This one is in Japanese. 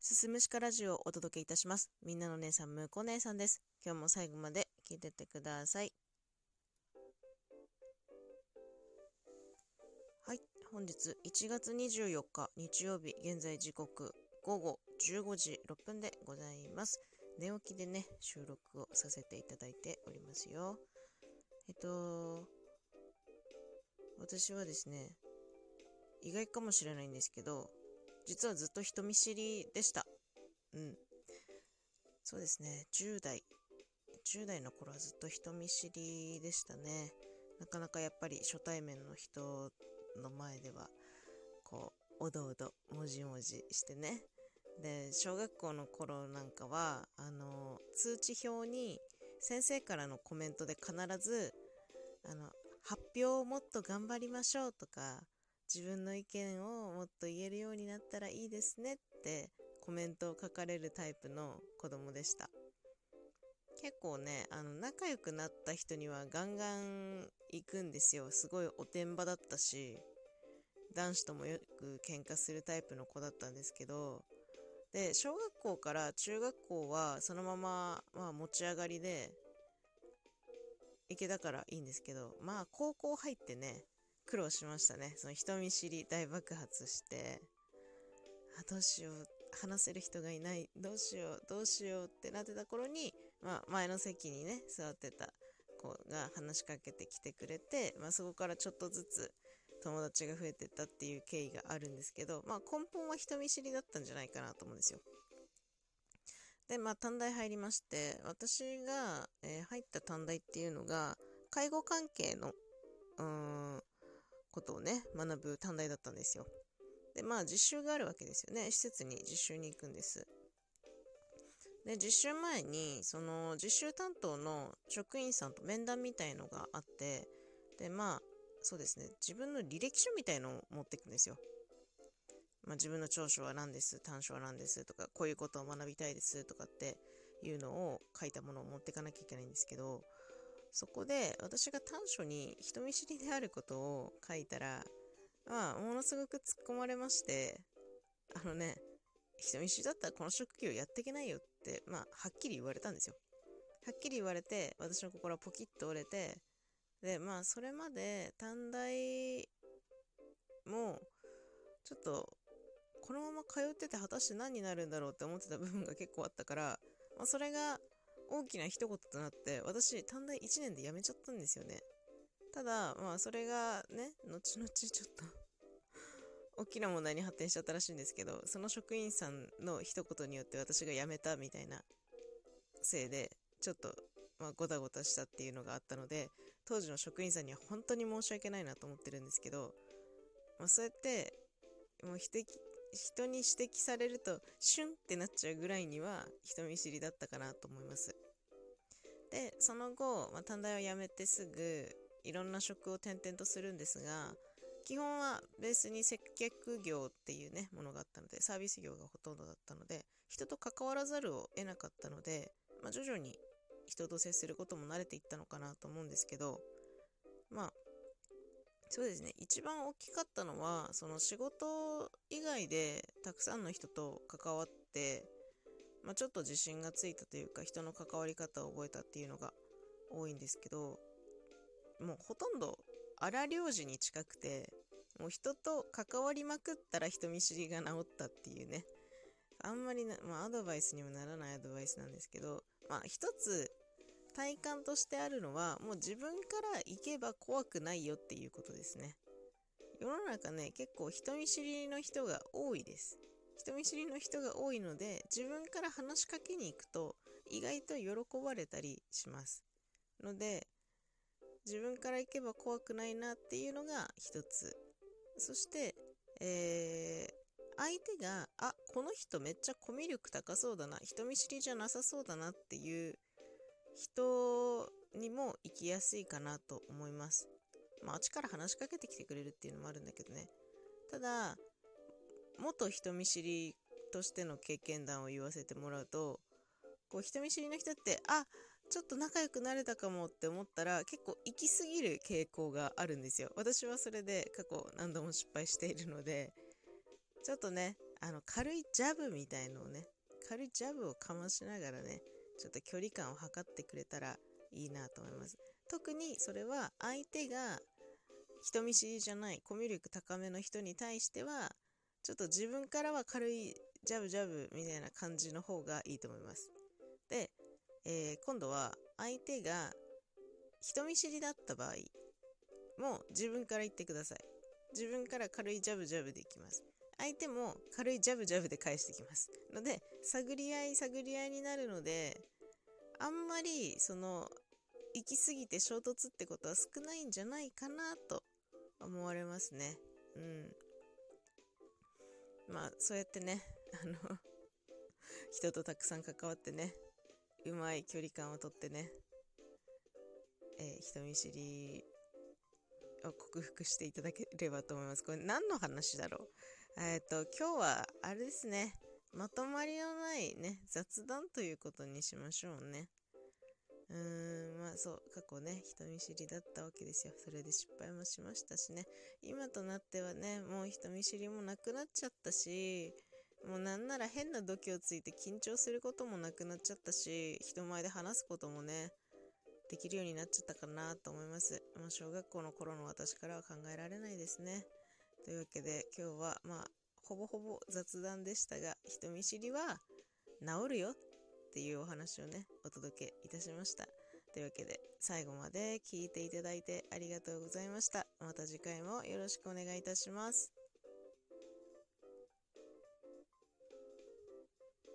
すすむしかラジオをお届けいたします。みんなの姉さん、むこ姉さんです。今日も最後まで聞いてってください。はい、本日1月24日日曜日、現在時刻午後15時6分でございます。寝起きでね、収録をさせていただいておりますよ。私はですね、意外かもしれないんですけど、実はずっと人見知りでした。うん、そうですね、10代の頃はずっと人見知りでしたね。なかなかやっぱり初対面の人の前ではおどおどもじもじしてね。で、小学校の頃なんかは通知表に先生からのコメントで必ずあの発表をもっと頑張りましょうとか、自分の意見をもっと言えるようになったらいいですねってコメントを書かれるタイプの子供でした。結構ね、仲良くなった人にはガンガン行くんですよ。すごいおてんばだったし、男子ともよく喧嘩するタイプの子だったんですけど、で、小学校から中学校はそのまま、持ち上がりで行けたからいいんですけど、高校入ってね、苦労しましたね。その人見知り大爆発して、どうしよう、話せる人がいない、どうしようどうしようってなってた頃に、前の席にね座ってた子が話しかけてきてくれて、そこからちょっとずつ友達が増えてったっていう経緯があるんですけど、根本は人見知りだったんじゃないかなと思うんですよ。で、短大入りまして、私が、入った短大っていうのが介護関係のことをね学ぶ短大だったんですよ。で、実習があるわけですよね。施設に実習に行くんです。で、実習前に、その実習担当の職員さんと面談みたいのがあって、で、そうですね、自分の履歴書みたいのを持っていくんですよ。自分の長所は何です、短所は何ですとか、こういうことを学びたいですとかっていうのを書いたものを持っていかなきゃいけないんですけど、そこで私が短所に人見知りであることを書いたら、ものすごく突っ込まれまして、あのね、人見知りだったらこの職業やっていけないよって、はっきり言われたんですよ。はっきり言われて、私の心はポキッと折れて、で、それまで短大も、ちょっと、このまま通ってて果たして何になるんだろうって思ってた部分が結構あったから、それが大きな一言となって、私、短大1年で辞めちゃったんですよね。ただ、それがね、後々ちょっと大きな問題に発展しちゃったらしいんですけど、その職員さんの一言によって私が辞めたみたいなせいで、ちょっと、ごたごたしたっていうのがあったので、当時の職員さんには本当に申し訳ないなと思ってるんですけど、そうやって、もう人に指摘されると、シュンってなっちゃうぐらいには人見知りだったかなと思います。で、その後、短大を辞めてすぐ、いろんな職を転々とするんですが、基本はベースに接客業っていうね、ものがあったので、サービス業がほとんどだったので、人と関わらざるを得なかったので、徐々に人と接することも慣れていったのかなと思うんですけど、まあ、そうですね、一番大きかったのは、その仕事以外でたくさんの人と関わって、ちょっと自信がついたというか、人の関わり方を覚えたっていうのが多いんですけど、もうほとんど荒療治に近くて、もう人と関わりまくったら人見知りが治ったっていうね、あんまりな、アドバイスにもならないアドバイスなんですけど、一つ体感としてあるのは、もう自分から行けば怖くないよっていうことですね。世の中ね、結構人見知りの人が多いです。人見知りの人が多いので、自分から話しかけに行くと意外と喜ばれたりしますので、自分から行けば怖くないなっていうのが一つ。そして、相手が、この人めっちゃコミュ力高そうだな、人見知りじゃなさそうだなっていう人にも行きやすいかなと思います。あっちから話しかけてきてくれるっていうのもあるんだけどね。ただ、元人見知りとしての経験談を言わせてもらうと、人見知りの人って、ちょっと仲良くなれたかもって思ったら結構行き過ぎる傾向があるんですよ。私はそれで過去何度も失敗しているので、ちょっとね、 軽いジャブみたいのをね、軽いジャブをかましながらね、ちょっと距離感を測ってくれたらいいなと思います。特にそれは相手が人見知りじゃない、コミュ力高めの人に対しては、ちょっと自分からは軽いジャブジャブみたいな感じの方がいいと思います。で、今度は相手が人見知りだった場合も自分から言ってください。自分から軽いジャブジャブでいきます。相手も軽いジャブジャブで返してきますので、探り合いになるので、あんまり行き過ぎて衝突ってことは少ないんじゃないかなと思われますね。うん。まあそうやってね、人とたくさん関わってね、うまい距離感をとってね、人見知りを克服していただければと思います。これ何の話だろう。今日はあれですね、まとまりのないね、雑談ということにしましょうね。まあそう、過去ね、人見知りだったわけですよ。それで失敗もしましたしね。今となってはね、もう人見知りもなくなっちゃったし、もうなんなら変な度胸ついて緊張することもなくなっちゃったし、人前で話すこともね、できるようになっちゃったかなと思います。もう小学校の頃の私からは考えられないですね。というわけで今日はほぼほぼ雑談でしたが、人見知りは治るよっていうお話をね、お届けいたしました。というわけで最後まで聞いていただいてありがとうございました。また次回もよろしくお願いいたします。